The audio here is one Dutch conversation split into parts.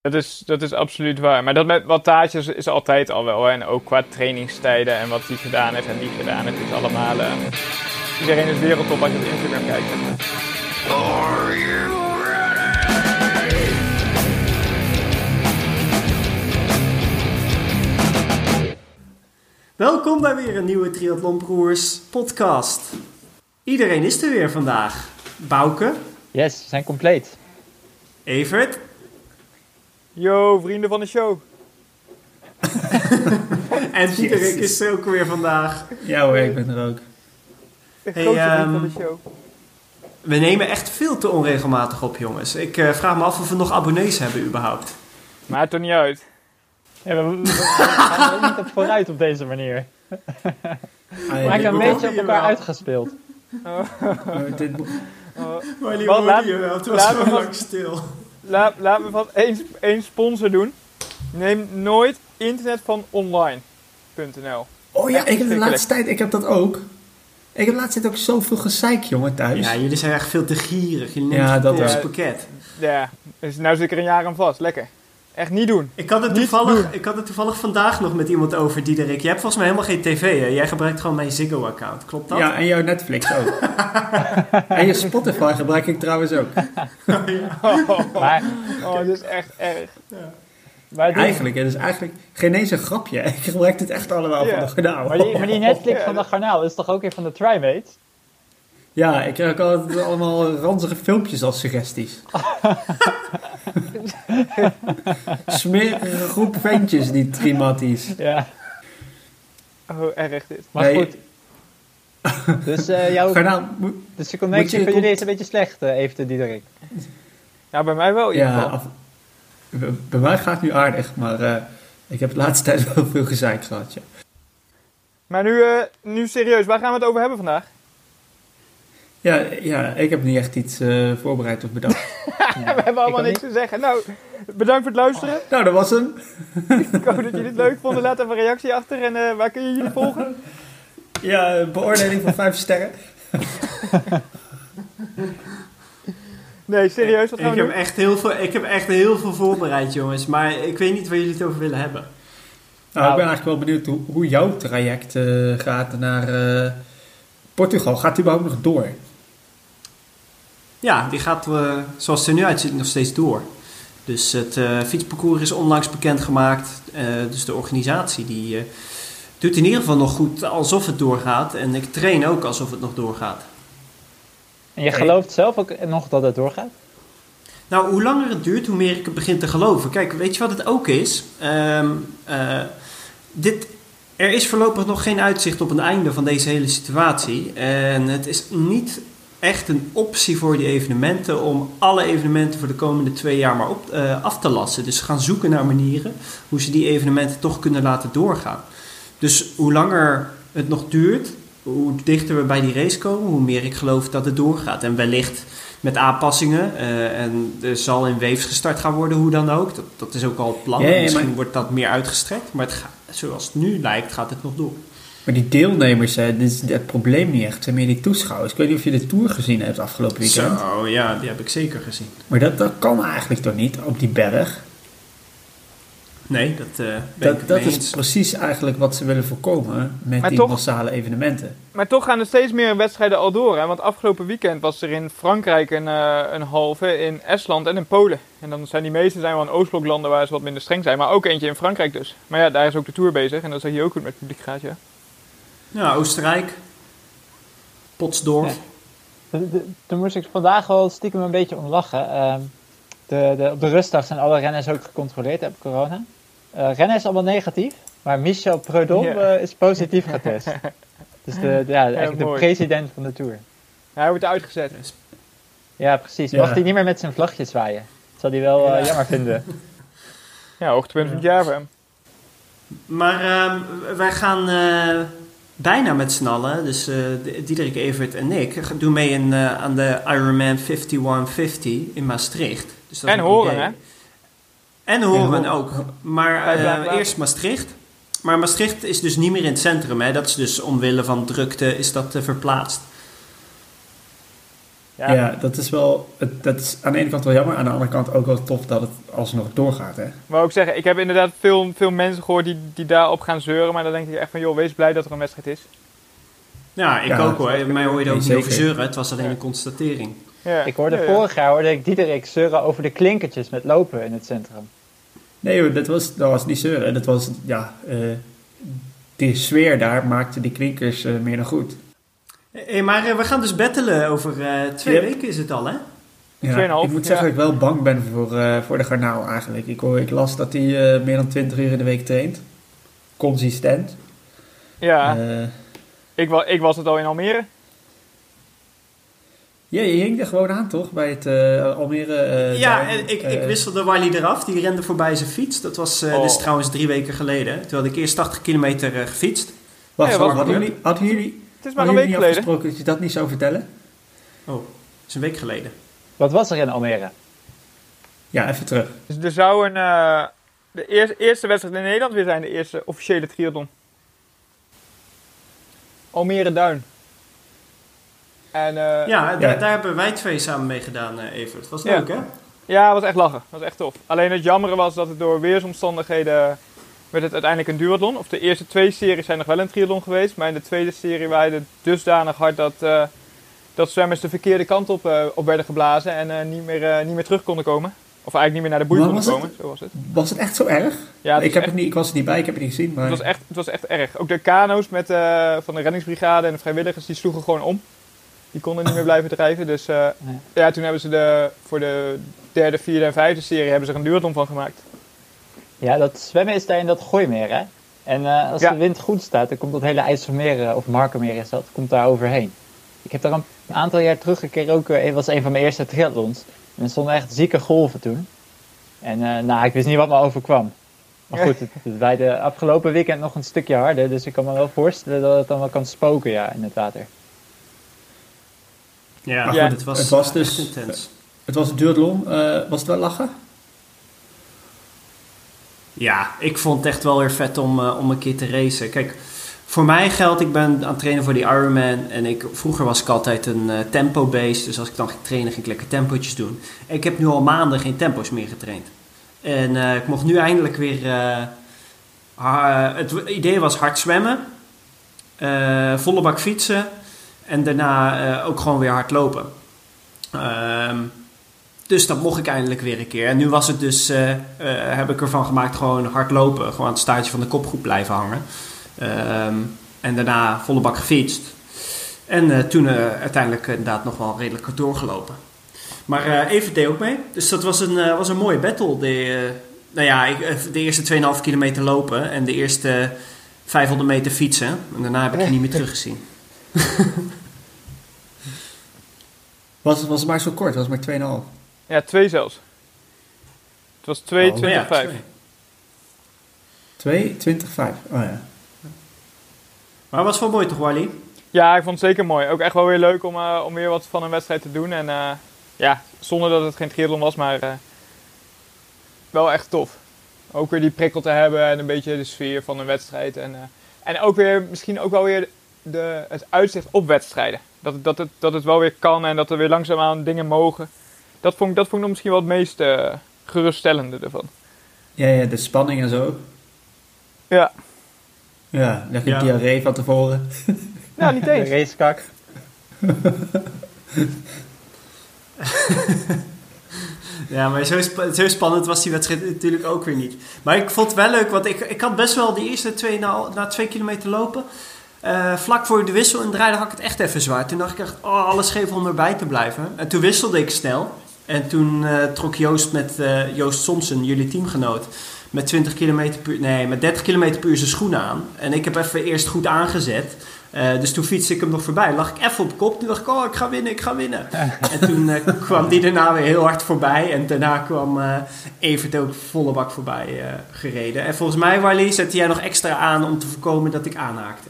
Dat is absoluut waar. Maar dat met wattages is altijd al wel. Hè? En ook qua trainingstijden en wat die gedaan heeft en niet gedaan heeft. Is allemaal... iedereen is wereldtop als je op Instagram kijkt. Zeg maar. Are you ready? Welkom bij weer een nieuwe Triathlonbroers podcast. Iedereen is er weer vandaag. Bouke. Yes, we zijn compleet. Evert. Yo, vrienden van de show. En Diederik is er ook weer vandaag. Ja hoor, ik ben er ook. De grootste vriend van de show. We nemen echt veel te onregelmatig op, jongens. Ik vraag me af of we nog abonnees hebben überhaupt. Maakt toch niet uit. Ja, we gaan er ook niet op vooruit op deze manier. We maken een beetje op elkaar uitgespeeld. Maar laten we lang stil. Laten we vast één sponsor doen. Neem nooit internet van online.nl. Oh ja, ik heb de laatste tijd, ik heb dat ook. Ik heb de laatste tijd ook zoveel gezeik, jongen, thuis. Ja, jullie zijn echt veel te gierig. Jullie nemen het dat pakket. Ja, dus nou zit ik er een jaar aan vast. Lekker. Echt niet doen. Ik had het toevallig vandaag nog met iemand over, Diederik. Je hebt volgens mij helemaal geen tv, hè? Jij gebruikt gewoon mijn Ziggo-account. Klopt dat? Ja, en jouw Netflix ook. En je Spotify gebruik ik trouwens ook. Dat is echt erg. Ja. Maar Eigenlijk, het is eigenlijk geen eens een grapje. Ik gebruik het echt allemaal van de garnaal. Maar die Netflix van de garnaal is toch ook weer van de Trimates? Ja, ik krijg ook altijd allemaal ranzige filmpjes als suggesties. Smerige groep ventjes, die trimatisch. Ja. Oh, erg dit. Maar Nee. goed. Dus Garnaal, dus de connectie moet je- van jullie is een beetje slecht, even Diederik. Ja, bij mij wel in ieder ja, geval. bij mij gaat het nu aardig, maar ik heb de laatste tijd wel veel gezeik gehad, ja. Maar nu serieus, waar gaan we het over hebben vandaag? Ja, ik heb niet echt iets voorbereid of bedacht. We hebben allemaal ook niks te zeggen. Nou, bedankt voor het luisteren. Nou, dat was hem. Ik hoop dat jullie het leuk vonden. Laat even een reactie achter. En waar kun je jullie volgen? Ja, beoordeling van 5 sterren. Nee, serieus, wat gaan Ik we doen? heb echt heel veel voorbereid, jongens. Maar ik weet niet waar jullie het over willen hebben. Nou, ik ben eigenlijk wel benieuwd hoe jouw traject gaat naar Portugal. Gaat die überhaupt nog door? Ja, die gaat, zoals het er nu uitziet, nog steeds door. Dus het fietsparcours is onlangs bekendgemaakt. Dus de organisatie die doet in ieder geval nog goed alsof het doorgaat. En ik train ook alsof het nog doorgaat. En je gelooft zelf ook nog dat het doorgaat? Nou, hoe langer het duurt, hoe meer ik het begin te geloven. Kijk, weet je wat het ook is? Er is voorlopig nog geen uitzicht op een einde van deze hele situatie. En het is niet echt een optie voor die evenementen om alle evenementen voor de komende 2 jaar maar af te lassen. Dus ze gaan zoeken naar manieren hoe ze die evenementen toch kunnen laten doorgaan. Dus hoe langer het nog duurt, hoe dichter we bij die race komen, hoe meer ik geloof dat het doorgaat. En wellicht met aanpassingen. En er zal in waves gestart gaan worden, hoe dan ook. Dat is ook al het plan. Ja, Misschien maar wordt dat meer uitgestrekt. Maar zoals het nu lijkt, gaat het nog door. Maar die deelnemers, dit is het probleem niet echt. Het zijn meer die toeschouwers. Ik weet niet of je de Tour gezien hebt afgelopen weekend. Zo, ja, die heb ik zeker gezien. Maar dat kan eigenlijk toch niet op die berg? Nee, dat ben ik het Dat mee is eens. precies eigenlijk wat ze willen voorkomen met Maar die toch- massale evenementen. Maar toch gaan er steeds meer wedstrijden al door. Hè? Want afgelopen weekend was er in Frankrijk een halve, in Estland en in Polen. En dan zijn die meeste wel in Oostbloklanden waar ze wat minder streng zijn. Maar ook eentje in Frankrijk dus. Maar ja, daar is ook de Tour bezig. En dat is hier ook goed met publiek gaat, ja. Ja, Oostenrijk. Potsdorf. Ja. Toen moest ik vandaag wel stiekem een beetje om lachen. Op de rustdag zijn alle renners ook gecontroleerd, heb corona. Rennen is allemaal negatief, maar Michel Prudhomme is positief getest. Dus eigenlijk de mooi. president van de Tour. Hij wordt uitgezet. Ja, precies. Ja. Mag hij niet meer met zijn vlagje zwaaien? Dat zal hij wel jammer vinden. Ja, hoogtepunt van het jaar voor hem. Maar wij gaan bijna met z'n allen, dus Diederik, Evert en ik, doen mee aan de Ironman 5150 in Maastricht. Dus dat is En een Horen, idee. hè? En Horen ook. Maar Blijf. eerst Maastricht. Maar Maastricht is dus niet meer in het centrum. Hè? Dat is dus omwille van drukte is dat verplaatst. Ja, dat is wel... Dat is aan de ene kant wel jammer, aan de andere kant ook wel tof dat het alsnog doorgaat, hè? Maar ook zeggen, ik heb inderdaad veel mensen gehoord die daarop gaan zeuren. Maar dan denk ik echt van, joh, wees blij dat er een wedstrijd is. Ja, ik ook hoor. Mij hoor je er ook niet zeker. over zeuren. Het was alleen een constatering. Ja. Ik hoorde vorig jaar hoorde ik Diederik zeuren over de klinkertjes met lopen in het centrum. Nee hoor, dat was niet zeuren. Dat was, de sfeer daar maakte die klinkers meer dan goed. Hey, maar we gaan dus battelen over 2 Yep. weken is het al, hè? Ja, 2,5, ik moet zeggen dat ik wel bang ben voor de garnaal eigenlijk. Ik las dat hij meer dan 20 uur in de week traint. Consistent. Ja, ik was het al in Almere. Ja, je hing er gewoon aan toch? Bij het Almere... Ja, Duin, en ik wisselde Wally eraf. Die rende voorbij zijn fiets. Dat was dit is trouwens 3 weken geleden. Toen had ik eerst 80 kilometer gefietst. Wacht, Ja, wat- hadden jullie Het is maar een week geleden. afgesproken dat je dat niet zou vertellen? Oh, dat is een week geleden. Wat was er in Almere? Ja, even terug. Dus er zou de eerste wedstrijd in Nederland weer zijn, de eerste officiële triathlon. Almere Duin. En, Daar hebben wij 2 samen mee gedaan, Evert. Was Ja. leuk, hè? Ja, het was echt lachen. Het was echt tof. Alleen het jammere was dat het door weersomstandigheden werd het uiteindelijk een duathlon. Of de eerste 2 series zijn nog wel een triathlon geweest. Maar in de tweede serie waaide het dusdanig hard dat zwemmers de verkeerde kant op werden geblazen. En niet meer terug konden komen. Of eigenlijk niet meer naar de boei Maar konden was komen. Zo was het. Was het echt zo erg? Ja, het Ik was er niet bij, ik heb het niet gezien. Maar... Het was echt erg. Ook de kano's van de reddingsbrigade en de vrijwilligers die sloegen gewoon om. Die konden niet meer blijven drijven. Dus toen hebben ze voor de derde, vierde en vijfde serie hebben ze er een duathlon van gemaakt. Ja, dat zwemmen is daar in dat Gooimeer, hè? En als Ja. de wind goed staat, dan komt dat hele IJsselmeer, of Markermeer is dat, komt daar overheen. Ik heb daar een aantal jaar terug een keer ook, het was een van mijn eerste triathlons. En er stonden echt zieke golven toen. En ik wist niet wat me overkwam. Maar goed, het waaide afgelopen weekend nog een stukje harder, dus ik kan me wel voorstellen dat het dan wel kan spoken, ja, in het water. Ja, Maar Ja. goed, het het was dus- echt intens. Het was een duathlon. Was het wel lachen? Ja, ik vond het echt wel weer vet om een keer te racen. Kijk, voor mij geldt, ik ben aan het trainen voor die Ironman. En vroeger was ik altijd een tempo-based. Dus als ik dan ging trainen, ging ik lekker tempootjes doen. En ik heb nu al maanden geen tempo's meer getraind. En ik mocht nu eindelijk weer... het idee was hard zwemmen. Volle bak fietsen. En daarna ook gewoon weer hard lopen. Dus dat mocht ik eindelijk weer een keer. En nu was het dus, heb ik ervan gemaakt gewoon hard lopen. Gewoon aan het staartje van de kopgroep blijven hangen. En daarna volle bak gefietst. En toen uiteindelijk inderdaad nog wel redelijk doorgelopen. Maar Evert deed ook mee. Dus dat was een mooie battle. De eerste 2,5 kilometer lopen en de eerste 500 meter fietsen. En daarna heb ik je niet meer teruggezien. Was het maar zo kort? Was het maar 2,5? Ja, 2 zelfs. Het was 2, Oh, 20, 5. 2, 20, 5. Oh ja. Maar het was wel mooi toch, Wally? Ja, ik vond het zeker mooi. Ook echt wel weer leuk om weer wat van een wedstrijd te doen. En zonder dat het geen triathlon was, maar wel echt tof. Ook weer die prikkel te hebben en een beetje de sfeer van een wedstrijd. En ook weer, misschien ook wel weer het uitzicht op wedstrijden. Dat het wel weer kan en dat er weer langzaamaan dingen mogen. Dat vond ik nog misschien wel het meest geruststellende ervan. Ja, de spanning en zo. Ja. Ja, dan heb je diarree van tevoren. Ja, niet eens. De racekak. Ja, maar zo spannend was die wedstrijd natuurlijk ook weer niet. Maar ik vond het wel leuk, want ik had best wel die eerste na 2 kilometer lopen. Vlak voor de wissel en draaide had ik het echt even zwaar. Toen dacht ik echt, alles geven om erbij te blijven. En toen wisselde ik snel. En toen trok Joost Somsen, jullie teamgenoot, met 30 km per uur zijn schoenen aan. En ik heb even eerst goed aangezet. Dus toen fietste ik hem nog voorbij. Lag ik even op kop. Toen dacht ik, ik ga winnen. En toen kwam die daarna weer heel hard voorbij. En daarna kwam Evert ook volle bak voorbij gereden. En volgens mij, Wally, zette jij nog extra aan om te voorkomen dat ik aanhaakte.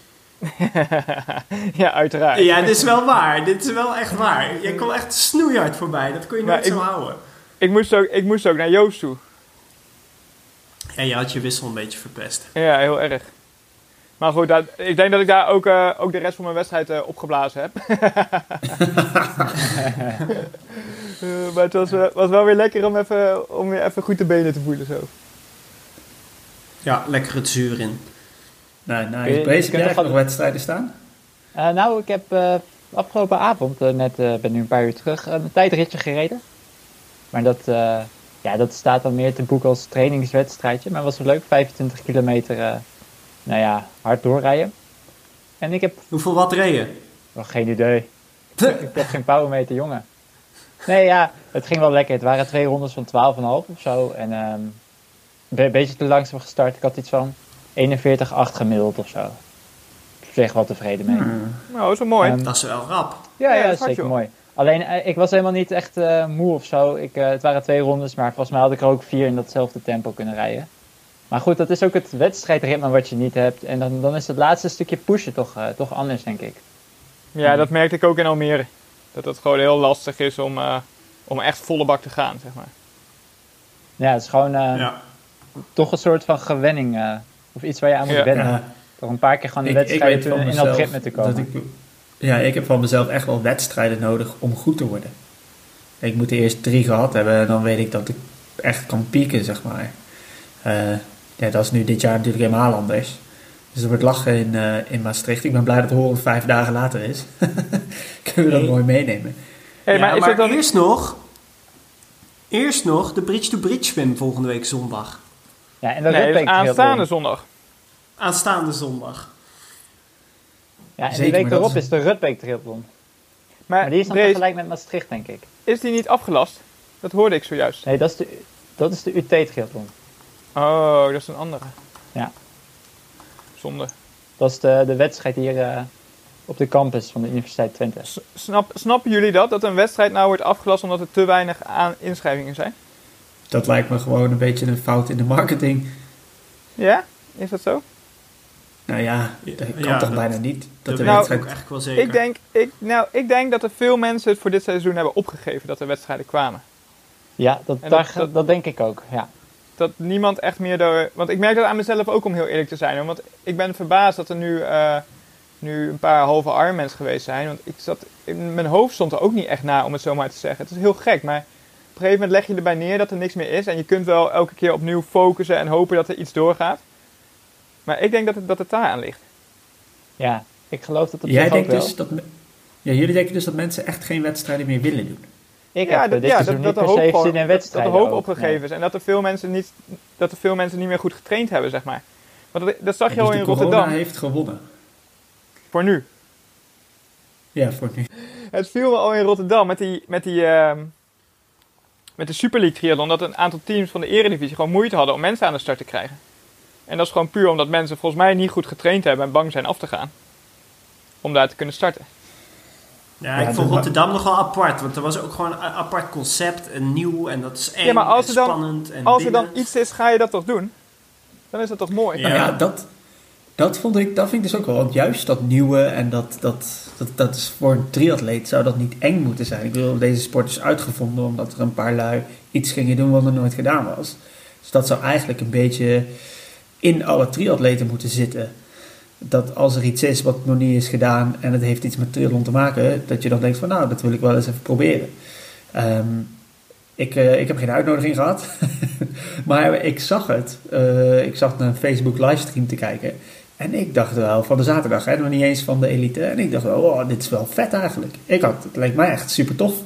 Ja, uiteraard. Ja, dit is wel waar. Dit is wel echt waar. Jij kwam echt snoeihard voorbij. Dat kon je nooit zo houden. Ik moest ook naar Joost toe. Ja, je had je wissel een beetje verpest. Ja, heel erg. Maar goed, ik denk dat ik daar ook de rest van mijn wedstrijd opgeblazen heb. Maar het was wel weer lekker om weer even goed de benen te voelen zo. Ja, lekker het zuur in. Nou, Brace, heb jij nog wedstrijden staan? Nou, ik heb afgelopen avond, ben nu een paar uur terug, een tijdritje gereden. Maar dat staat dan meer te boeken als trainingswedstrijdje. Maar het was wel leuk, 25 kilometer hard doorrijden. En ik heb... Hoeveel watt reed je? Nog geen idee. Ik heb geen powermeter, jongen. Nee, ja, het ging wel lekker. Het waren 2 rondes van 12,5 of zo. En een beetje te langzaam gestart. Ik had iets van 41,8 gemiddeld of zo. Ik ben echt wel tevreden mee. Nou, dat is wel mooi. Dat is wel rap. Ja, dat is hard, zeker joh. mooi. Alleen, ik was helemaal niet echt moe of zo. Het waren 2 rondes, maar volgens mij had ik er ook 4 in datzelfde tempo kunnen rijden. Maar goed, dat is ook het wedstrijdritme wat je niet hebt. En dan is het laatste stukje pushen toch anders, denk ik. Ja, dat merkte ik ook in Almere. Dat het gewoon heel lastig is om echt volle bak te gaan, zeg maar. Ja, het is gewoon toch een soort van gewenning. Of iets waar je aan moet wennen. Ja. Toch een paar keer gewoon de Ik wedstrijd weet van in mezelf dat ritme te komen. Ik heb van mezelf echt wel wedstrijden nodig om goed te worden. Ik moet de eerst 3 gehad hebben en dan weet ik dat ik echt kan pieken, zeg maar. Dat is nu dit jaar natuurlijk helemaal anders. Dus er wordt lachen in Maastricht. Ik ben blij dat Horen 5 dagen later is. Kunnen we dat mooi meenemen. Hey, maar is maar het dan... eerst nog de bridge-to-bridge swim volgende week zondag. Ja, en de Nee, Rudbeek het is aanstaande triathlon. zondag. Aanstaande zondag. Ja, en Zeker, de week maar dat erop is- is de Rudbeek triathlon. Maar Maar die is dan Drees, tegelijk met Maastricht, denk ik. is die niet afgelast? Dat hoorde ik zojuist. Nee, dat is de UT triathlon. Oh, dat is een andere. Ja. Zonde. Dat is de wedstrijd hier op de campus van de Universiteit Twente. Snappen jullie dat? Dat een wedstrijd nou wordt afgelast omdat er te weinig inschrijvingen zijn? Dat lijkt me gewoon een beetje een fout in de marketing. Ja? Is dat zo? Nou ja, dat kan Ja, toch dat- bijna niet. Dat Dat de weet ik wedstrijd... ook eigenlijk wel zeker. Ik denk dat er veel mensen het voor dit seizoen hebben opgegeven dat er wedstrijden kwamen. Ja, En dat denk ik ook. Ja. Dat niemand echt meer door... Want ik merk dat aan mezelf ook, om heel eerlijk te zijn. Hoor. Want ik ben verbaasd dat er nu een paar halve Ironmans geweest zijn. Want in mijn hoofd stond er ook niet echt na, om het zo maar te zeggen. Het is heel gek, maar op een gegeven moment leg je erbij neer dat er niks meer is. En je kunt wel elke keer opnieuw focussen en hopen dat er iets doorgaat. Maar ik denk dat het daar aan ligt. Ja, ik geloof dat op Jij zich ook denkt wel. dus dat... Jullie denken dus dat mensen echt geen wedstrijden meer willen doen. Ik heb dit seizoen niet per se zin in wedstrijden. Dat de hoop ook. opgegeven is. En dat er veel mensen niet meer goed getraind hebben, zeg maar. Want dat zag je Dus al de in corona Rotterdam. heeft gewonnen. Voor nu. Ja, voor nu. Het viel me al in Rotterdam met de Super League triathlon dat een aantal teams van de Eredivisie gewoon moeite hadden om mensen aan de start te krijgen. En dat is gewoon puur omdat mensen volgens mij niet goed getraind hebben en bang zijn af te gaan. Om daar te kunnen starten. Ja, Ja, ik vond dat- Rotterdam nog wel apart. Want er was ook gewoon een apart concept. En nieuw. En dat is eng Ja, maar als en er dan- spannend. En Als er dan binnen. iets is, ga je dat toch doen? Dan is dat toch mooi? Ja. Nou ja, dat vind ik dus ook wel. Want juist dat nieuwe en dat is voor een triatleet zou dat niet eng moeten zijn. Ik bedoel, deze sport is uitgevonden omdat er een paar lui iets gingen doen wat er nooit gedaan was. Dus dat zou eigenlijk een beetje in alle triatleten moeten zitten. Dat als er iets is wat nog niet is gedaan en het heeft iets met triathlon te maken, dat je dan denkt van nou, dat wil ik wel eens even proberen. Ik heb geen uitnodiging gehad, maar ik zag het. Ik zag een Facebook livestream te kijken en ik dacht wel van de zaterdag, nog niet eens van de elite. En ik dacht wel, oh, dit is wel vet eigenlijk. Het leek mij echt super tof.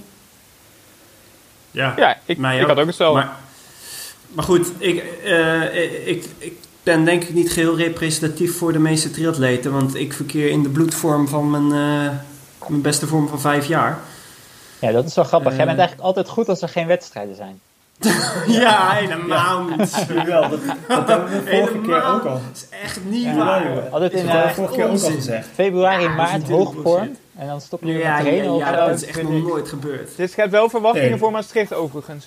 Ja, ik Mij had ook hetzelfde. Maar goed, ik ben denk ik niet geheel representatief voor de meeste triatleten. Want ik verkeer in de bloedvorm van mijn beste vorm van 5 jaar. Ja, dat is wel grappig. Jij bent eigenlijk altijd goed als er geen wedstrijden zijn. Ja, helemaal niet. Wel, dat hebben we vorige keer ook al. Dat is echt niet Ja, waar. altijd Dat in hebben we vorige keer ook al onzin. gezegd. februari, Ja, dat is maart natuurlijk hoogvorm. bullshit. En dan stop je met Ja, trainen of zo. dat is echt vind nog ik. nooit gebeurd. Dit schept wel verwachtingen Nee. voor Maastricht overigens.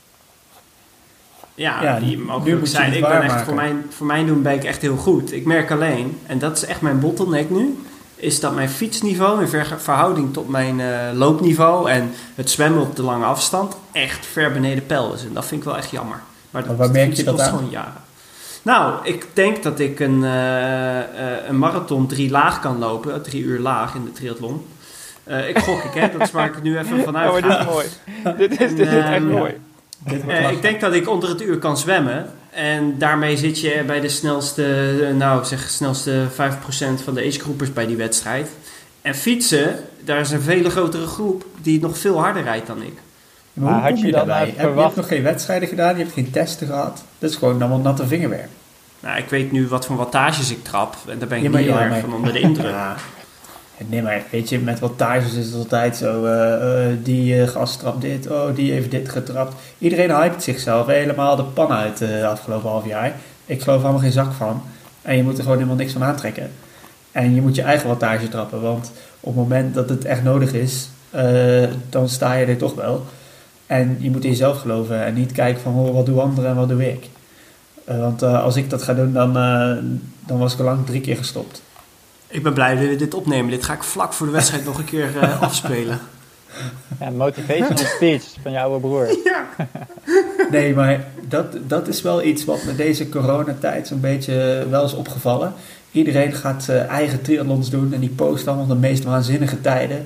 Ja, die nu mogen ook moet je zijn. het Ik ben echt waarmaken. voor mijn doen ben ik echt heel goed. Ik merk alleen, en dat is echt mijn bottleneck nu, is dat mijn fietsniveau in verhouding tot mijn loopniveau en het zwemmen op de lange afstand echt ver beneden peil is. En dat vind ik wel echt jammer. Maar waar merk je dat kost aan? gewoon jaren. Nou, ik denk dat ik een marathon 3 laag kan lopen. 3 uur laag in de triathlon. Ik gok hè. Dat is waar ik nu even vanuit Oh, maar dit is ga. mooi. Dit is echt mooi. Dit wordt lachen. Ik denk dat ik onder het uur kan zwemmen. En daarmee zit je bij de snelste 5% van de agegroepers bij die wedstrijd. En fietsen, daar is een veel grotere groep die nog veel harder rijdt dan ik. Maar Maar hoe had kom je je dan daarbij? Je verwacht- hebt nog geen wedstrijden gedaan, je hebt geen testen gehad. Dat is gewoon allemaal natte vingerwerk. Nou, ik weet nu wat voor wattages ik trap. En daar ben ik Ja, maar niet heel ja, erg maar- van onder de indruk. Ja. Nee, maar weet je, met wattages is het altijd zo. Die gast trapt dit, die heeft dit getrapt. Iedereen hypt zichzelf helemaal de pan uit de afgelopen half jaar. Ik geloof er allemaal geen zak van. En je moet er gewoon helemaal niks van aantrekken. En je moet je eigen wattage trappen. Want op het moment dat het echt nodig is, dan sta je er toch wel. En je moet in jezelf geloven en niet kijken van wat doen anderen en wat doe ik. Want als ik dat ga doen, dan was ik al lang 3 keer gestopt. Ik ben blij dat we dit opnemen. Dit ga ik vlak voor de wedstrijd nog een keer afspelen. Ja, motivational speech van je oude broer. Nee, maar dat is wel iets wat met deze coronatijd zo'n beetje wel is opgevallen. Iedereen gaat eigen triathlons doen en die post allemaal de meest waanzinnige tijden.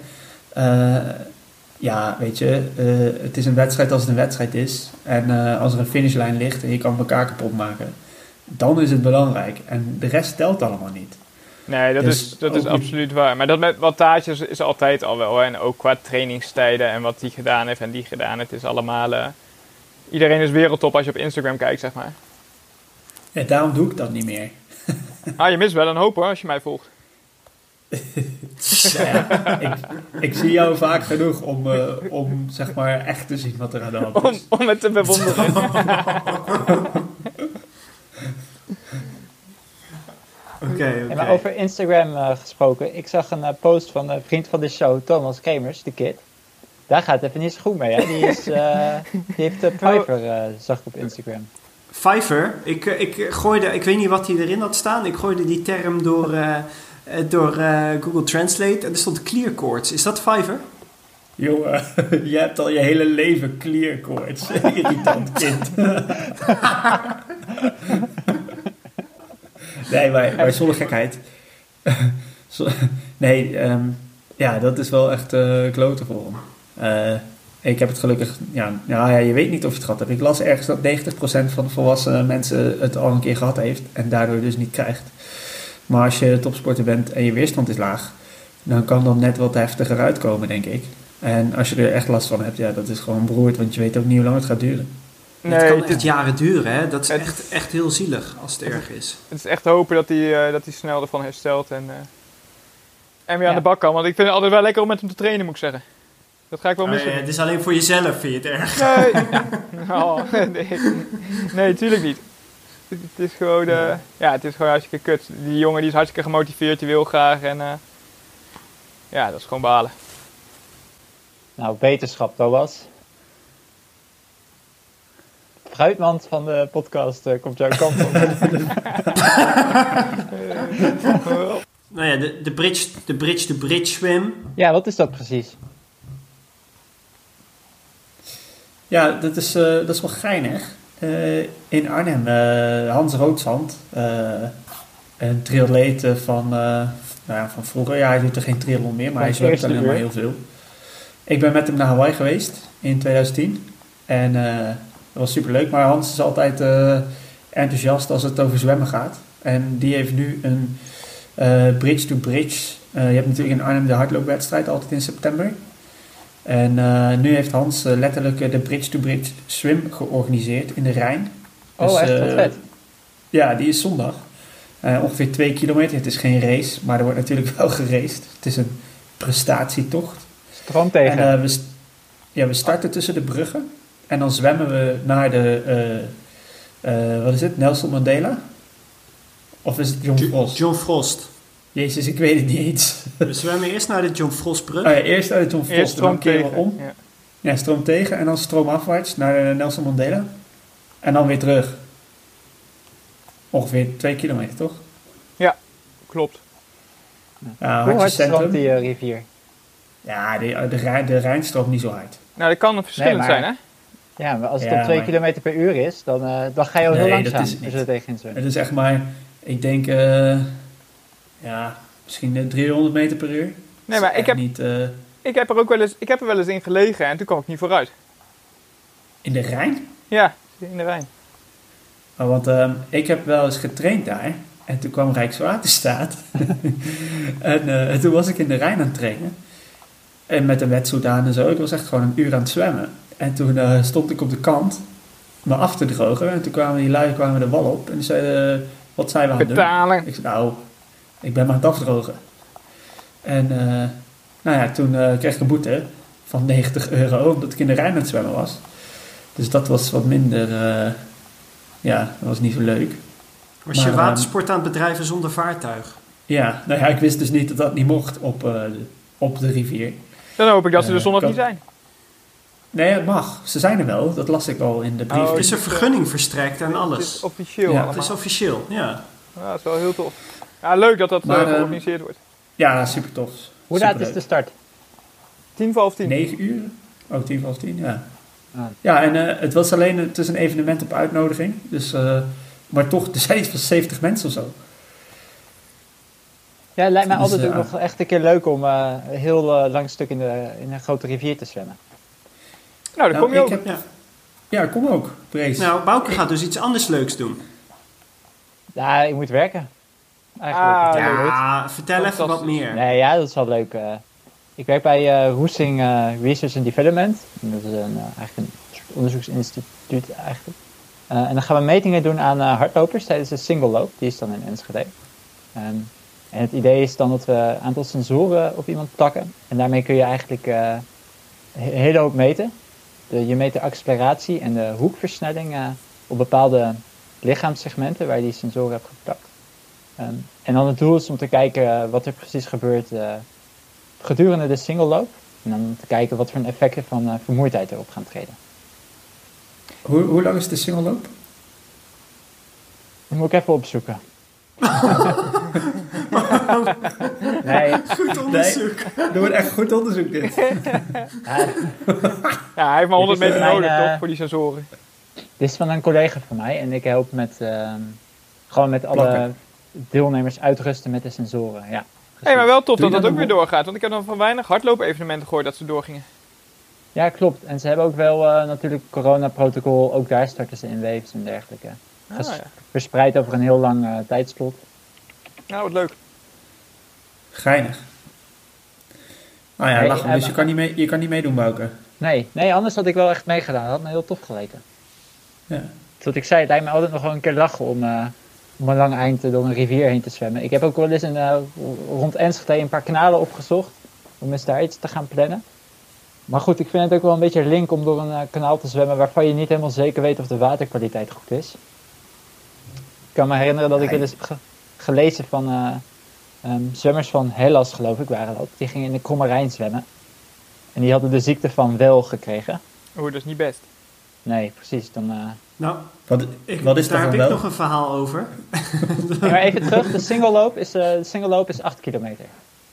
Ja, weet je, het is een wedstrijd als het een wedstrijd is. En als er een finishlijn ligt en je kan elkaar kapot maken, dan is het belangrijk. En de rest telt allemaal niet. Nee, dat Dus is ook niet- absoluut waar. Maar dat met wattages is altijd al wel. Hè. En ook qua trainingstijden en wat die gedaan heeft en die gedaan. Het is allemaal... iedereen is wereldtop als je op Instagram kijkt, zeg maar. Ja, daarom doe ik dat niet meer. Ah, je mist wel een hoop hoor, als je mij volgt. Ik zie jou vaak genoeg om zeg maar echt te zien wat er aan de hand is. Om het te bewonderen. Oké. Ja, maar over Instagram gesproken. Ik zag een post van een vriend van de show, Thomas Kremers, de kid. Daar gaat het even niet zo goed mee, hè? Die heeft de Piper, zag ik op Instagram. Fiverr. Ik gooide, ik weet niet wat hij erin had staan. Ik gooide die term door Google Translate en er stond clear chords. Is dat Fiverr? Jongen, je hebt al je hele leven clear koorts. Irritant kind. Nee, maar zonder gekheid. Nee, ja, dat is wel echt kloten voor hem. Ik heb het gelukkig... Ja, je weet niet of je het gehad hebt. Ik las ergens dat 90% van de volwassen mensen het al een keer gehad heeft. En daardoor dus niet krijgt. Maar als je topsporter bent en je weerstand is laag, dan kan dat net wat heftiger uitkomen, denk ik. En als je er echt last van hebt, ja, dat is gewoon beroerd. Want je weet ook niet hoe lang het gaat duren. het kan het echt is, jaren duren, hè? Dat is het- echt heel zielig als het erg is. het is echt hopen dat hij snel ervan herstelt en weer aan Ja. de bak kan. Want ik vind het altijd wel lekker om met hem te trainen, moet ik zeggen. Dat ga ik wel missen. het is alleen voor jezelf, vind je het erg? Nee. Oh, nee, tuurlijk niet. Het is gewoon, het is gewoon hartstikke kut. Die jongen die is hartstikke gemotiveerd, die wil graag en ja, dat is gewoon balen. Nou, wetenschap, Thomas. Fruitmand van de podcast komt jouw kant op. Nou ja, de bridge swim. Ja, wat is dat precies? Ja, dat is wel geinig. In Arnhem, Hans Roodzand, een triatleet van vroeger. Ja, hij doet er geen triathlon meer, maar Van hij zwemt eerste dan helemaal uur. heel veel. Ik ben met hem naar Hawaii geweest in 2010. En dat was superleuk. Maar Hans is altijd enthousiast als het over zwemmen gaat. En die heeft nu een bridge to bridge. Je hebt natuurlijk in Arnhem de hardloopwedstrijd, altijd in september. En nu heeft Hans letterlijk de bridge to bridge swim georganiseerd in de Rijn. Oh, echt? Wat vet. Ja, die is zondag. Ongeveer 2 kilometer. Het is geen race, maar er wordt natuurlijk wel geraced. Het is een prestatietocht. Stroom tegen. En we starten tussen de bruggen. En dan zwemmen we naar de, wat is het, Nelson Mandela? Of is het John Frost? John Frost. Jezus, ik weet het niet eens. We zwemmen eerst naar de John Frostbrug. Eerst uit de John Frost. Eerst en dan stroom keren we tegen. om. Ja. Ja, stroom tegen en dan stroomafwaarts naar de Nelson Mandela. En dan weer terug. Ongeveer 2 kilometer, toch? Klopt. Ja, Hoe hartje hard stroomt centrum. die rivier? Ja, de Rijn stroomt niet zo hard. Nou, dat kan verschillend Nee, zijn, maar- Ja, maar als het Ja, op 2 maar- kilometer per uur is, dan ga je al heel Nee, dat langzaam. is het Als niet. je er tegenin zwemt. Het is echt maar, ik denk, misschien 300 meter per uur. Nee, maar ik heb er wel eens in gelegen en toen kwam ik niet vooruit. In de Rijn? Ja, in de Rijn. Oh, want ik heb wel eens getraind daar. En toen kwam Rijkswaterstaat. en toen was ik in de Rijn aan het trainen. En met een wetsuit aan en zo. Ik was echt gewoon een uur aan het zwemmen. En toen stond ik op de kant me af te drogen. En toen kwamen die lui de wal op. En die zeiden, wat zijn we aan het doen? Betalen. Ik zei, nou, ik ben maar aan het afdrogen. En toen kreeg ik een boete van €90. Omdat ik in de Rijn aan het zwemmen was. Dus dat was wat minder... dat was niet zo leuk. Was je Maar, watersport aan het bedrijven zonder vaartuig? Ja, nou ja, ik wist dus niet dat dat niet mocht op de rivier. Dan hoop ik dat ze er zondag kan- niet zijn. Nee, het mag. Ze zijn er wel. Dat las ik al in de brief. Oh, Er is een vergunning verstrekt en Het alles. is officieel Ja, allemaal. Het is officieel, ja. Ja, dat is wel heel tof. Ja, leuk dat dat Maar, georganiseerd wordt. Ja, super tof. Hoe laat is de start? 10:30. 9 uur? Oh, 10:30, ja. Ah. Ja, en het was alleen het is een evenement op uitnodiging. Dus, maar toch, er zijn iets van 70 mensen of zo. Ja, het lijkt mij Dus, altijd ook ja. nog echt een keer leuk om een heel lang stuk in een grote rivier te zwemmen. Nou, daar kom je ook. Ja. Ja, kom ook, Brees. Nou, Bouke gaat dus iets anders leuks doen. Ja, ik moet werken. Eigenlijk. Ah, Ja, leuk. Ja, vertel even wat meer. Nee, ja, dat is wel leuk. Ik werk bij Roesing Research and Development. En dat is eigenlijk een soort onderzoeksinstituut eigenlijk. En dan gaan we metingen doen aan hardlopers tijdens een single loop. Die is dan in Enschede. En het idee is dan dat we een aantal sensoren op iemand plakken. En daarmee kun je eigenlijk een hele hoop meten. Je meet de acceleratie en de hoekversnelling op bepaalde lichaamssegmenten waar je die sensoren hebt geplakt. En dan het doel is om te kijken wat er precies gebeurt gedurende de single loop. En dan te kijken wat voor een effecten van vermoeidheid erop gaan treden. Hoe lang is de singelloop? Dat moet ik even opzoeken. Nee, Goed onderzoek. Er wordt echt goed onderzoek dit. Ja, hij heeft maar 100 Dit is meter mijn, nodig, toch? Voor die sensoren. dit is van een collega van mij en ik help met gewoon met alle Plakken. deelnemers uitrusten met de sensoren. Ja, Hé, maar wel tof Doe dat je dat ook dat weer doorgaat. Want ik heb dan van weinig hardloop-evenementen gehoord dat ze doorgingen. ja, klopt. En ze hebben ook wel natuurlijk coronaprotocol, ook daar starten ze in waves en dergelijke. Ah, ja. Verspreid over een heel lang tijdslot. Nou, wat leuk. Geinig. Nou ja, Nee, lachen. Dus je kan niet meedoen, Bouke. Nee, anders had ik wel echt meegedaan. Dat had me heel tof geleken. Ja. Zoals ik zei, het lijkt me altijd nog wel een keer lachen om een lang eind door een rivier heen te zwemmen. Ik heb ook wel eens rond Enschede een paar kanalen opgezocht om eens daar iets te gaan plannen. Maar goed, ik vind het ook wel een beetje link om door een kanaal te zwemmen waarvan je niet helemaal zeker weet of de waterkwaliteit goed is. Ik kan me herinneren dat ik wel eens heb gelezen van zwemmers van Hellas, geloof ik, waren dat. Die gingen in de Kromme Rijn zwemmen. En die hadden de ziekte van wel gekregen. Oeh, dat is niet best. Nee, precies. Dan, Nou, Wat is daar er heb dan ik wel? nog een verhaal over. maar even terug, de single loop is 8 kilometer.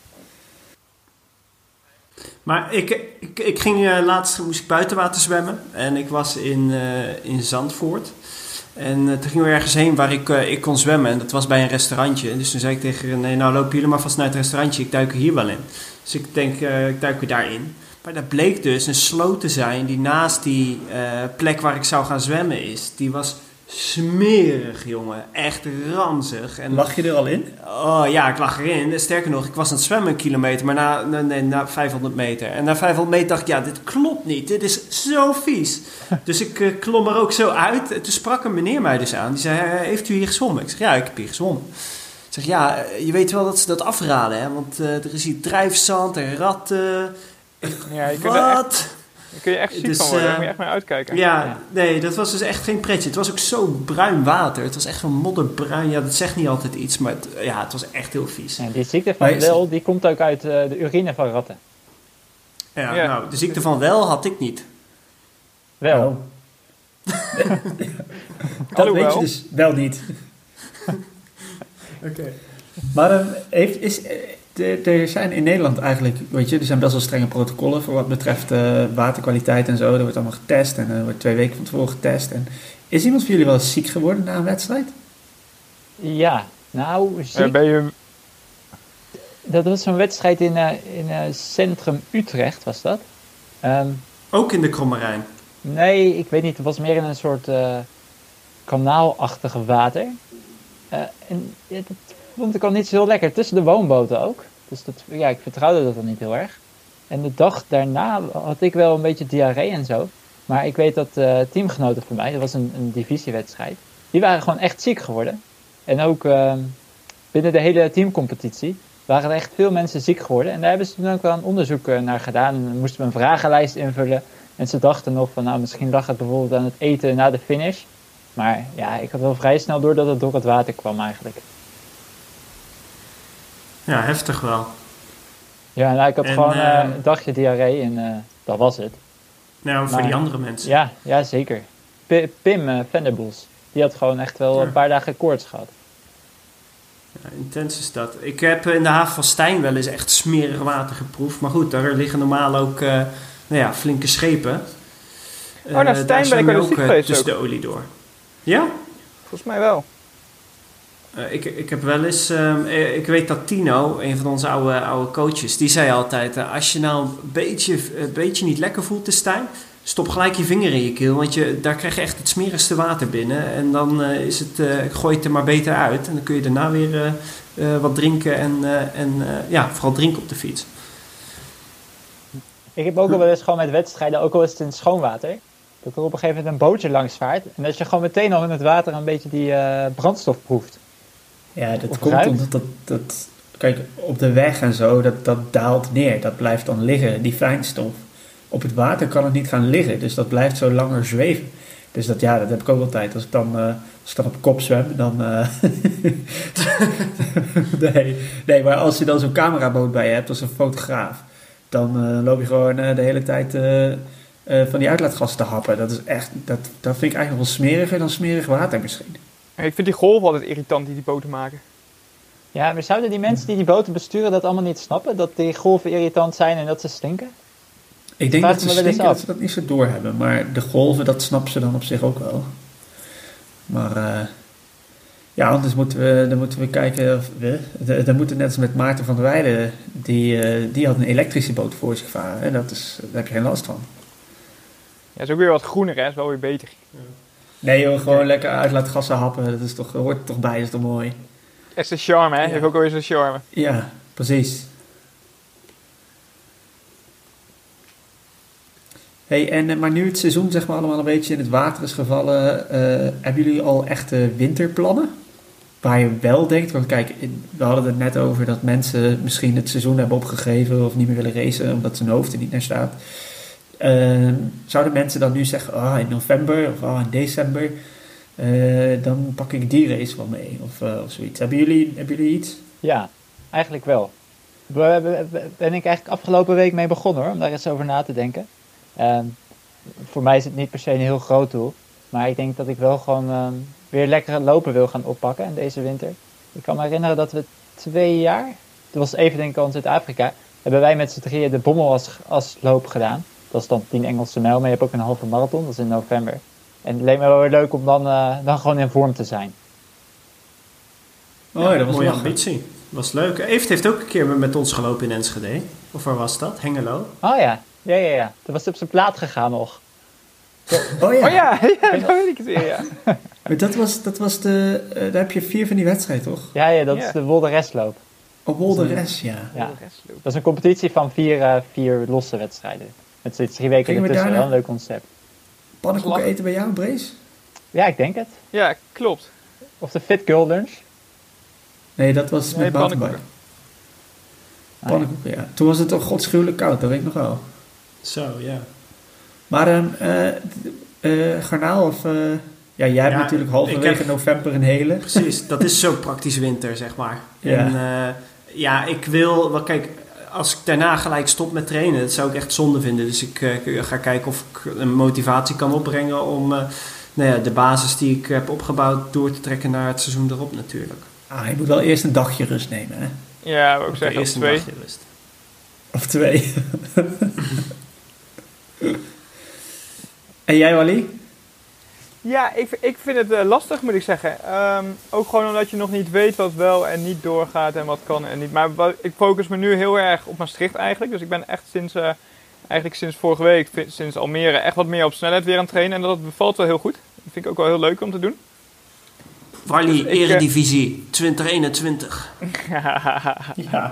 Maar ik ging laatst moest ik buiten water zwemmen. En ik was in Zandvoort. En toen gingen we ergens heen waar ik kon zwemmen. En dat was bij een restaurantje. Dus toen zei ik tegen René, nou lopen jullie maar vast naar het restaurantje. Ik duik er hier wel in. Dus ik denk, ik duik weer daarin. Maar dat bleek dus een sloot te zijn die naast die plek waar ik zou gaan zwemmen is. Die was smerig, jongen. Echt ranzig. En Lag je er al in? oh ja, ik lag erin. Sterker nog, ik was aan het zwemmen een kilometer, maar na 500 meter. En na 500 meter dacht ik, ja, dit klopt niet. Dit is zo vies. Dus ik klom er ook zo uit. Toen sprak een meneer mij dus aan. Die zei, heeft u hier gezwommen? Ik zeg, ja, ik heb hier gezwommen. Ik zeg, ja, je weet wel dat ze dat afraden, hè? Want er is hier drijfzand en ratten. Ja, je kunt er echt, Wat? daar kun je echt ziek Dus, van worden. Daar moet je echt mee uitkijken. Ja, nee, dat was dus echt geen pretje. Het was ook zo bruin water. Het was echt van modderbruin. Ja, dat zegt niet altijd iets, maar het was echt heel vies. En die ziekte van Maar is- wel, die komt ook uit de urine van ratten. Ja, Ja. nou, de ziekte van wel had ik niet. Wel. Oh. Dat Alhoewel. weet je dus wel niet. Oké. Maar er zijn in Nederland eigenlijk, weet je, er zijn best wel strenge protocollen voor wat betreft waterkwaliteit en zo. Er wordt allemaal getest en er wordt 2 weken van tevoren getest. En is iemand van jullie wel eens ziek geworden na een wedstrijd? Ja, nou, ziek. Ben je... Dat was zo'n wedstrijd in Centrum Utrecht, was dat. Ook in de Kromme Rijn. Nee, ik weet niet. Het was meer in een soort kanaalachtige water. En ja, dat vond ik al niet zo heel lekker. Tussen de woonboten ook. Dus ik vertrouwde dat dan niet heel erg. En de dag daarna had ik wel een beetje diarree en zo. Maar ik weet dat teamgenoten van mij, dat was een divisiewedstrijd, die waren gewoon echt ziek geworden. En ook binnen de hele teamcompetitie waren er echt veel mensen ziek geworden. En daar hebben ze toen ook wel een onderzoek naar gedaan. En dan moesten we een vragenlijst invullen. En ze dachten nog van, nou, misschien lag het bijvoorbeeld aan het eten na de finish. Maar ja, ik had wel vrij snel door dat het door het water kwam eigenlijk. Ja, heftig wel. Ja, nou, ik had En, gewoon een dagje diarree en dat was het. Nou, voor Maar- die andere mensen. Ja zeker. Pim Venderbos, die had gewoon echt wel Ja. een paar dagen koorts gehad. Ja, intens is dat. Ik heb in de haven van Stijn wel eens echt smerig water geproefd. Maar goed, daar liggen normaal ook flinke schepen. naar Stijn daar ben ik zwem wel je eens ziek ook geweest tussen ook. de olie door. Ja? Volgens mij wel. Ik heb wel eens... ik weet dat Tino, een van onze oude coaches, die zei altijd... als je nou een beetje niet lekker voelt te Stijn, stop gelijk je vinger in je keel. Want daar krijg je echt het smerigste water binnen. En dan gooi je het er maar beter uit. En dan kun je daarna weer wat drinken. En vooral drinken op de fiets. Ik heb ook al wel eens gewoon met wedstrijden, ook al is het in schoonwater, dat er op een gegeven moment een bootje langs vaart. En dat je gewoon meteen al in het water een beetje die brandstof proeft. Ja, dat Of komt ruikt. omdat dat... Kijk, op de weg en zo, dat daalt neer. Dat blijft dan liggen, die fijnstof. Op het water kan het niet gaan liggen, dus dat blijft zo langer zweven. Dus dat heb ik ook altijd. Als ik dan op kop zwem, dan... nee, maar als je dan zo'n cameraboot bij je hebt, als een fotograaf, dan loop je gewoon de hele tijd van die uitlaatgassen te happen. Dat is echt, dat vind ik eigenlijk wel smeriger dan smerig water misschien. Ik vind die golven altijd irritant die boten maken. Ja, maar zouden die mensen die die boten besturen dat allemaal niet snappen? Dat die golven irritant zijn en dat ze stinken? Ik denk Vraag dat ze me wel eens stinken af. dat ze dat niet zo doorhebben. Maar de golven, dat snappen ze dan op zich ook wel. Maar anders moeten we kijken. Dan moeten net als met Maarten van der Weijden. Die had een elektrische boot voor zich varen. En daar heb je geen last van. Ja, is ook weer wat groener, hè? Is wel weer beter. Nee joh, gewoon lekker uitlaatgassen happen. Dat is toch, hoort er toch bij, dat is toch mooi. Echt zijn charme, hè? Ja. Heeft ook alweer zijn charme. Ja, precies. Hey, maar nu het seizoen zeg maar allemaal een beetje in het water is gevallen, hebben jullie al echte winterplannen? Waar je wel denkt, want kijk, we hadden het net over dat mensen misschien het seizoen hebben opgegeven of niet meer willen racen omdat zijn hoofd er niet naar staat. Zouden mensen dan nu zeggen, in november of in december, dan pak ik die race wel mee of zoiets. Hebben jullie iets? Ja, eigenlijk wel. Daar ben ik eigenlijk afgelopen week mee begonnen hoor, om daar eens over na te denken. Voor mij is het niet per se een heel groot doel. Maar ik denk dat ik wel gewoon weer lekker lopen wil gaan oppakken in deze winter. Ik kan me herinneren dat we 2 jaar, dat was even denk ik al in Zuid-Afrika, hebben wij met z'n drieën de Bommelasloop gedaan. Dat is dan 10 Engelse mijl, maar je hebt ook een halve marathon, dat is in november. En het leek me wel weer leuk om dan gewoon in vorm te zijn. Oh, dat was mooie lachen. ambitie. Was leuk. Evert heeft ook een keer met ons gelopen in Enschede. Of waar was dat? Hengelo? Oh ja. Dat was op zijn plaat gegaan nog. Oh ja, Oh ja, dat weet ik het weer, ja. maar dat was daar heb je 4 van die wedstrijden toch? Ja, dat Ja. is de Wolderesloop. Op Wolderes, ja. Ja. De rest loopt. Dat is een competitie van 4 losse wedstrijden. Met zoiets 3 weken Gingen we ertussen. daarna? Wel een leuk concept. Pannenkoeken eten bij jou, Brace? Ja, ik denk het. Ja, klopt. Of de Fit Girl Lunch. Nee, dat was Nee, met mountainbike. Pannenkoeken, ja. Toen was het toch godschuwelijk koud, dat weet ik nog wel. Zo, ja. Maar garnaal of... jij hebt Ja, natuurlijk halverwege ik heb- november een hele. Precies, dat is zo praktisch winter, zeg maar. Ja. En ik wil... Wel, kijk, als ik daarna gelijk stop met trainen, dat zou ik echt zonde vinden. Dus ik ga kijken of ik een motivatie kan opbrengen om de basis die ik heb opgebouwd door te trekken naar het seizoen erop natuurlijk. Je moet wel eerst een dagje rust nemen, hè? Ja, we ook Oké, zeggen eerst een 2. dagje rust. Of 2. En jij, Wally? Ja, ik vind het lastig, moet ik zeggen. Ook gewoon omdat je nog niet weet wat wel en niet doorgaat en wat kan en niet. Maar ik focus me nu heel erg op Maastricht eigenlijk. Dus ik ben echt sinds vorige week, sinds Almere, echt wat meer op snelheid weer aan het trainen. En dat bevalt wel heel goed. Dat vind ik ook wel heel leuk om te doen. Wally, Dus Eredivisie 2021. Ja.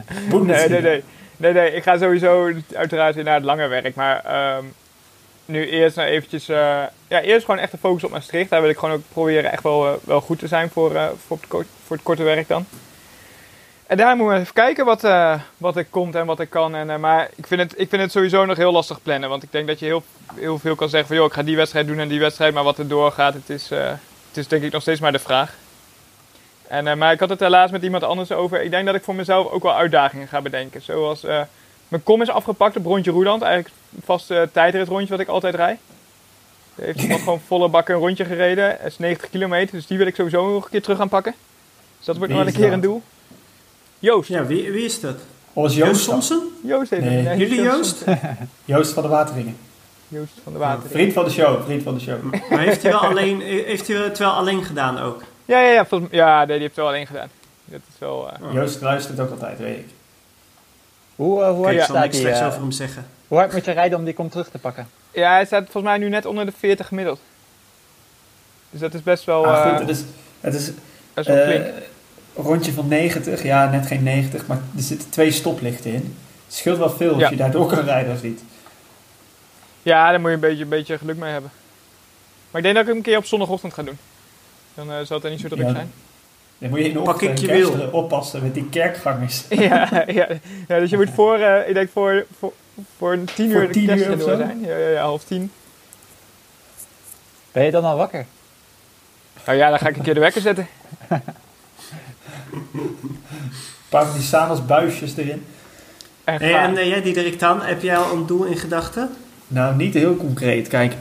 Nee. Ik ga sowieso uiteraard weer naar het lange werk. Maar nu eerst nou eventjes... eerst gewoon echt de focus op Maastricht. Daar wil ik gewoon ook proberen echt wel goed te zijn voor het korte werk dan. En daar moeten we even kijken wat er komt en wat er kan. Maar ik vind het sowieso nog heel lastig plannen. Want ik denk dat je heel veel kan zeggen van... joh, ik ga die wedstrijd doen en die wedstrijd. Maar wat er doorgaat, het is denk ik nog steeds maar de vraag. Maar ik had het er laatst met iemand anders over. Ik denk dat ik voor mezelf ook wel uitdagingen ga bedenken. Zoals mijn kom is afgepakt op rondje Roeland. Eigenlijk een vast tijdritrondje wat ik altijd rijd. Daar heeft iemand gewoon volle bakken een rondje gereden. Het is 90 kilometer, dus die wil ik sowieso nog een keer terug gaan pakken. Dus dat wordt nog wel een keer een doel. Joost. Ja, wie is dat? Was Joost Joost Somsen? Joost heeft Nee. het. Jullie Joost? Joost van de Waterringen. Joost van de Water. Vriend van de show. Maar heeft hij het wel alleen gedaan ook? Ja, nee, die heeft het wel alleen gedaan. Dat is wel... Joost luistert ook altijd, weet ik. Hoe hard Ik zal staat niks die? slechts over hem zeggen. Hoe hard moet je rijden om die kom terug te pakken? Ja, hij staat volgens mij nu net onder de 40 gemiddeld. Dus dat is best wel, Goed, het is best wel flink. rondje van 90. Ja, net geen 90, maar er zitten 2 stoplichten in. Het scheelt wel veel Ja. of je daardoor kan rijden of niet. Ja, daar moet je een beetje geluk mee hebben. Maar ik denk dat ik hem een keer op zondagochtend ga doen. Dan zal het er niet zo druk Ja. zijn. Dan moet je in de Pak ik ochtend je wil. Kersteren oppassen met die kerkgangers. ja, dus je moet ik denk voor 10 uur de 10 uur kerst of door zo? zijn. Ja, 9:30. Ben je dan al wakker? Nou ja, dan ga ik een keer de wekker zetten. Een paar van die Sanos buisjes erin. En Hey, gaan. en jij, Diederik Dan, heb jij al een doel in gedachten? Nou, niet heel concreet. Kijk,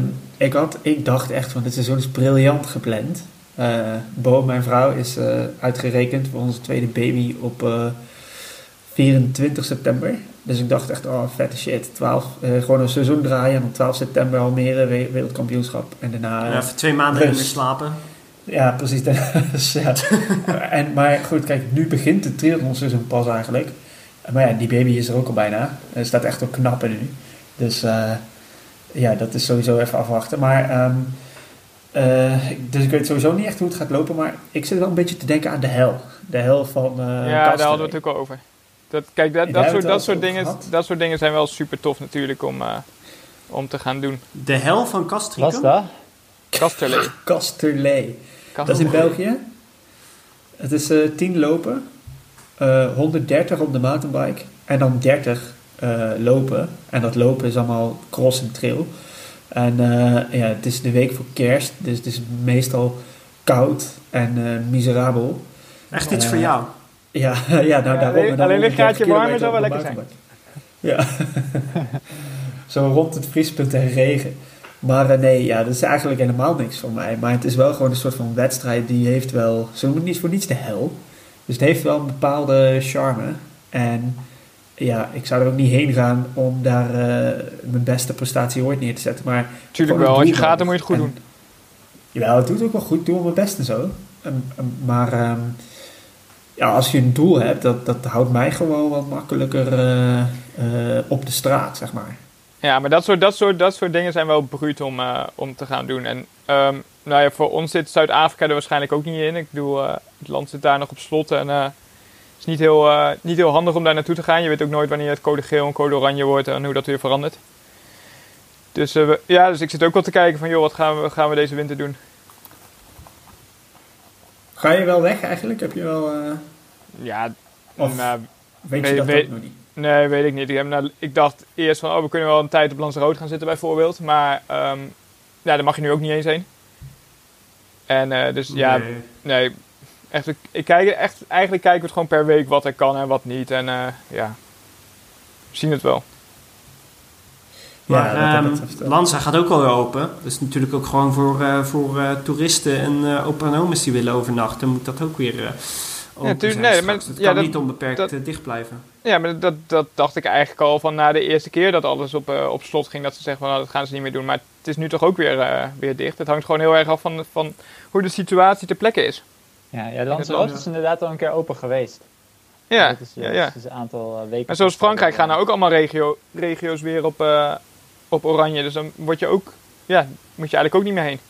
ik dacht echt van dit seizoen is briljant gepland. Bo, mijn vrouw, is uitgerekend voor onze tweede baby op 24 september. Dus ik dacht echt, oh, vette shit. Gewoon een seizoen draaien en op 12 september Almere wereldkampioenschap. En daarna... Even 2 maanden rust. niet meer slapen. Ja, precies. Dus, ja. Maar goed, kijk, nu begint het triathlonseizoen pas eigenlijk. Maar ja, die baby is er ook al bijna. Er staat echt op knappen nu. Dus ja, dat is sowieso even afwachten. Maar, dus ik weet sowieso niet echt hoe het gaat lopen. Maar ik zit wel een beetje te denken aan de hel. De hel van Ja, daar hadden we Casterweg. het ook al over. Daar hebben we het Dat soort dingen zijn wel super tof natuurlijk om te gaan doen. De hel van Wat is Castricum? dat? Kasterlee. Casterlee. Dat is in België. Het is 10 lopen, 130 op de mountainbike en dan 30 lopen. En dat lopen is allemaal cross en trail. En ja, het is de week voor kerst, dus het is meestal koud en miserabel. Echt iets voor jou. Ja, ja, nou daarom. En dan alleen een 130 graadje warmer kilometer zou wel op de lekker zijn. mountainbike. Ja. Zo rond het vriespunt en regen. Maar nee, ja, dat is eigenlijk helemaal niks voor mij. Maar het is wel gewoon een soort van wedstrijd die heeft wel... Ze noemen het niet voor niets de hel. Dus het heeft wel een bepaalde charme. En ja, ik zou er ook niet heen gaan om daar mijn beste prestatie ooit neer te zetten. Maar Tuurlijk gewoon wel, een als je doel gaat dan moet je het goed nodig. doen. Jawel, het doet ook wel goed. Ik doe mijn best en zo. Maar ja, als je een doel hebt, dat houdt mij gewoon wat makkelijker op de straat, zeg maar. Ja, maar dat soort dingen zijn wel bruut om te gaan doen. En nou ja, voor ons zit Zuid-Afrika er waarschijnlijk ook niet in. Ik bedoel, het land zit daar nog op slot en het is niet heel handig om daar naartoe te gaan. Je weet ook nooit wanneer het code geel en code oranje wordt en hoe dat weer verandert. Dus, dus ik zit ook wel te kijken van, joh, wat gaan we deze winter doen? Ga je wel weg eigenlijk? Heb je wel... Ja, Of nou, weet je dat ook nog niet? nee, weet ik niet. Ik dacht eerst van, we kunnen wel een tijd op Lanzarote gaan zitten bijvoorbeeld. Maar ja, daar mag je nu ook niet eens heen. En dus ja, nee. Echt, eigenlijk kijken we het gewoon per week wat er kan en wat niet. En ja, we zien het wel. Maar Ja, dat betreft wel. Lanza gaat ook alweer open. Dus natuurlijk ook gewoon voor toeristen en opa en oma's die willen overnachten. Moet dat ook weer open tuurlijk, zijn nee, straks. maar- Het ja, kan dat- niet onbeperkt dat- dicht blijven. Ja, maar dat dacht ik eigenlijk al van na de eerste keer dat alles op slot ging. Dat ze zeggen van nou, dat gaan ze niet meer doen. Maar het is nu toch ook weer dicht. Het hangt gewoon heel erg af van hoe de situatie ter plekke is. Ja, Lanzarote is inderdaad al een keer open geweest. Ja, Dat is, ja. Dat is een aantal weken. Maar zoals Frankrijk gaan nou ook allemaal regio's weer op oranje. Dus dan moet je eigenlijk ook niet meer heen.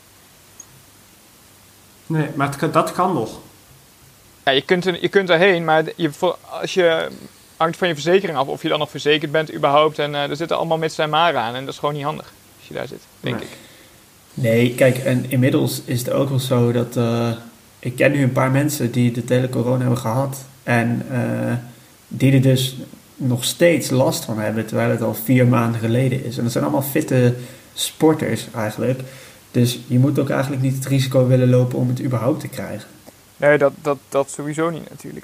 Nee, maar dat kan nog. Ja, je kunt erheen, maar als je hangt van je verzekering af of je dan nog verzekerd bent überhaupt. En er zitten allemaal mits en maren aan en dat is gewoon niet handig als je daar zit, denk Nee. ik. Nee, kijk, en inmiddels is het ook wel zo dat... ik ken nu een paar mensen die de hele corona hebben gehad. En die er dus nog steeds last van hebben, terwijl het al 4 maanden geleden is. En dat zijn allemaal fitte sporters eigenlijk. Dus je moet ook eigenlijk niet het risico willen lopen om het überhaupt te krijgen. Nee, dat sowieso niet natuurlijk.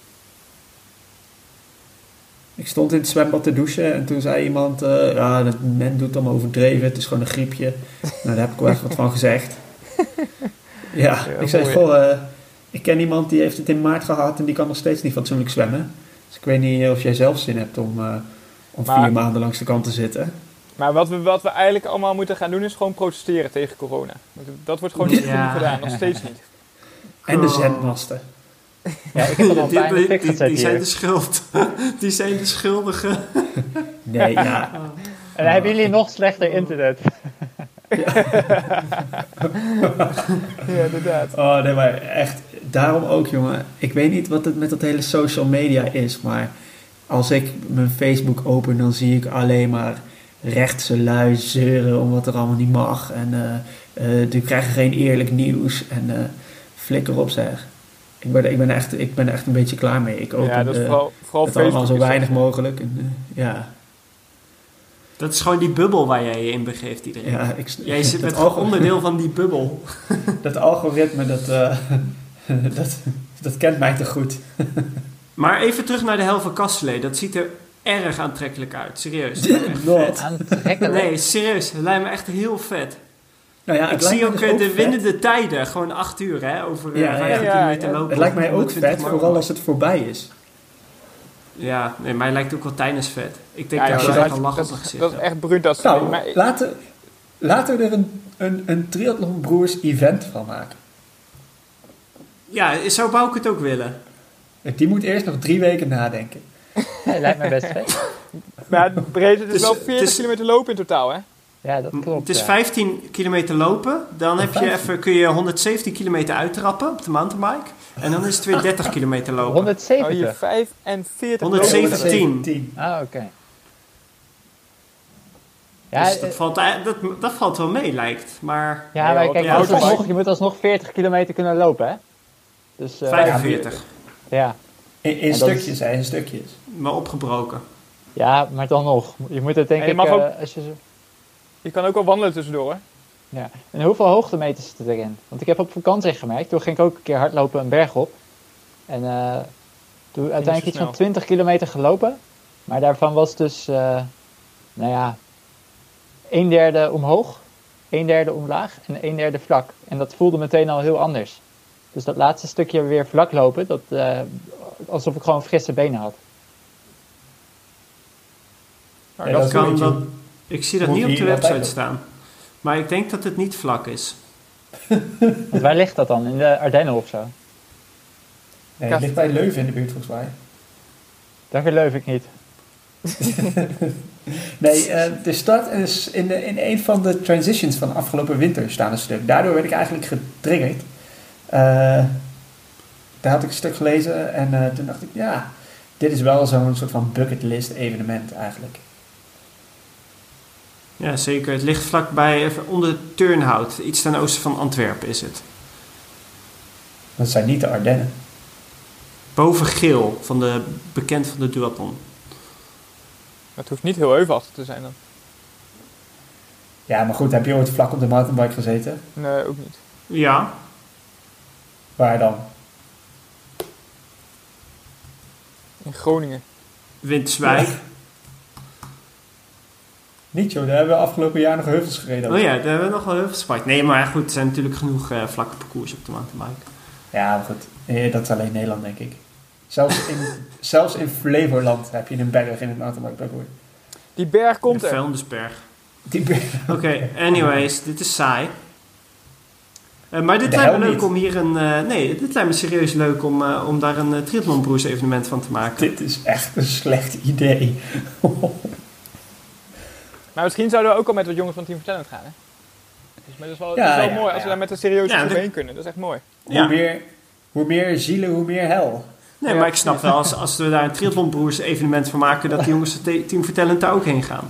Ik stond in het zwembad te douchen en toen zei iemand... men doet allemaal overdreven, het is gewoon een griepje. Nou, daar heb ik wel even wat van gezegd. Ja, ik zei, mooi. ik ken iemand die heeft het in maart gehad en die kan nog steeds niet fatsoenlijk zwemmen. Dus ik weet niet of jij zelf zin hebt om 4 maanden langs de kant te zitten. Maar wat we eigenlijk allemaal moeten gaan doen is gewoon protesteren tegen corona. Dat wordt gewoon niet genoeg gedaan, nog steeds niet. En de zendmasten. Ja, ik heb er al bijna fik gezet die zijn hier. de schuld. Die zijn de schuldigen. Nee, ja. En dan hebben jullie nog slechter internet. Ja, inderdaad. Oh, nee, maar echt, daarom ook, jongen. Ik weet niet wat het met dat hele social media is, maar als ik mijn Facebook open, dan zie ik alleen maar rechtse lui zeuren om wat er allemaal niet mag. En die krijgen geen eerlijk nieuws. En flikker op, zeg. Ik ben er echt een beetje klaar mee. Ik open Ja, dat is vooral het Facebook. allemaal zo is dat. weinig mogelijk. En, ja, Dat is gewoon die bubbel waar jij je in begeeft, iedereen. ja, Jij zit met dat onderdeel van die bubbel. dat algoritme, dat kent mij te goed. Maar even terug naar de hel van Kastelee. Dat ziet er erg aantrekkelijk uit. Serieus. Het lijkt me echt Wat? vet. Aantrekkelijk. Nee, serieus. Het lijkt me echt heel vet. Nou ja, Ik het lijkt zie me ook dus de vet. winnende tijden. Gewoon 8 uur, hè. Over Ja, 15 ja, kilometer ja. lopen. Het lijkt mij ook 120 vet, mark. vooral als het voorbij is. Ja, nee, mij lijkt ook wel tijdens vet. Ik denk Ja, dat joh, je kan lachen op dat mijn gezicht. is echt bruut dat ze Nou, doen. Maar laten we er een Triathlon Broers event van maken. Ja, zou Bouke het ook willen? Die moet eerst nog 3 weken nadenken. Nee, lijkt me best vet. Maar breed, het is Dus wel het 40 is- kilometer lopen in totaal, hè? Ja, dat klopt. Het is ja. 15 kilometer lopen. Dan heb je 15. kun je 117 kilometer uittrappen op de mountainbike. En dan is het weer 30 kilometer lopen. 170. Oh, hier 45 117. Ah, oké. Ja, Dus dat valt wel mee, lijkt. Maar ja, maar kijk, ja, je moet alsnog 40 kilometer kunnen lopen, hè? Dus, 45. Ja. In dat stukjes, hè, in stukjes. Maar opgebroken. Ja, maar dan nog. Je moet het denk En je ik... mag ook- als je zo... Je kan ook wel wandelen tussendoor, hè? Ja. En hoeveel hoogtemeters zitten erin? Want ik heb op vakantie gemerkt, toen ging ik ook een keer hardlopen een berg op. En toen uiteindelijk iets van snel. 20 kilometer gelopen. Maar daarvan was dus, nou ja, 1/3 omhoog, 1/3 omlaag en 1/3 vlak. En dat voelde meteen al heel anders. Dus dat laatste stukje weer vlak lopen, dat, alsof ik gewoon frisse benen had. Nou, Ja, dat dat Kan weet je. dat, ik zie dat Moet niet op je de hier website bij- staan. Maar ik denk dat het niet vlak is. Want waar ligt dat dan? In de Ardennen of zo? Nee, het ligt bij Leuven in de buurt, volgens mij. Dat geloof ik niet. Nee, de start is in een van de transitions van afgelopen winter staan een stuk. Daardoor werd ik eigenlijk getriggerd. Daar had ik een stuk gelezen en toen dacht ik, ja, dit is wel zo'n soort van bucketlist evenement eigenlijk. Ja, zeker. Het ligt vlakbij, even onder Turnhout. Iets ten oosten van Antwerpen is het. Dat zijn niet de Ardennen. Boven Geel, bekend van de duathlon. Het hoeft niet heel heuvelachtig te zijn dan. Ja, maar goed, heb je ooit vlak op de mountainbike gezeten? Nee, ook niet. Ja, Waar dan? In Groningen. Winterswijk. Niet joh, daar hebben we afgelopen jaar nog heuvels gereden. Oh ja, daar hebben we nog wel heel veel spijt. Nee, maar goed, er zijn natuurlijk genoeg vlakke parcours op de mountainbike. Ja, maar goed. Dat is alleen Nederland, denk ik. Zelfs in Flevoland heb je een berg in het mountainbikeparcours. Die berg komt De er. vuilnisberg. Die berg. Oké, anyways, dit is saai. Maar dit De lijkt me hel leuk niet. om hier dit lijkt me serieus leuk om daar een triathlonbroers evenement van te maken. Dit is echt een slecht idee. Maar misschien zouden we ook al met wat jongens van Team Vertellend gaan, hè? Dus, maar dat is wel, Ja, dat is wel ja, mooi als ja. we daar met een serieuze Ja, groep dat- heen kunnen. Dat is echt mooi. Ja. Hoe meer zielen, hoe meer hel. Nee, maar ik snap wel, als we daar een triathlonbroers evenement van maken, dat die jongens van Team Vertellend daar ook heen gaan.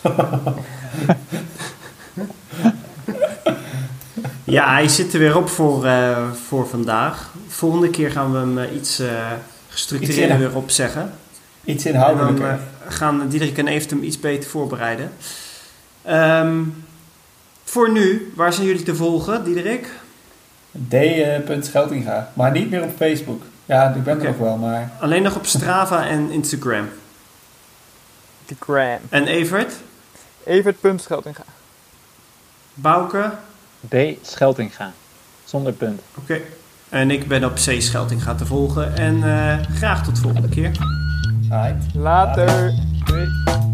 Ja, hij zit er weer op voor vandaag. Volgende keer gaan we hem iets gestructureerder Iets weer opzeggen. Iets En inhoudelijker. dan gaan Diederik en Evert hem iets beter voorbereiden. Voor nu, waar zijn jullie te volgen, Diederik? D.Scheltinga. Maar niet meer op Facebook. Ja, ik ben Oké. er nog wel, maar... Alleen nog op Strava en Instagram. De Gram. En Evert? Evert.Scheltinga. Bouke? B. Scheltinga. Zonder punt. Oké. En ik ben op C. Scheltinga te volgen. En graag tot volgende keer. Right. Later. Doei.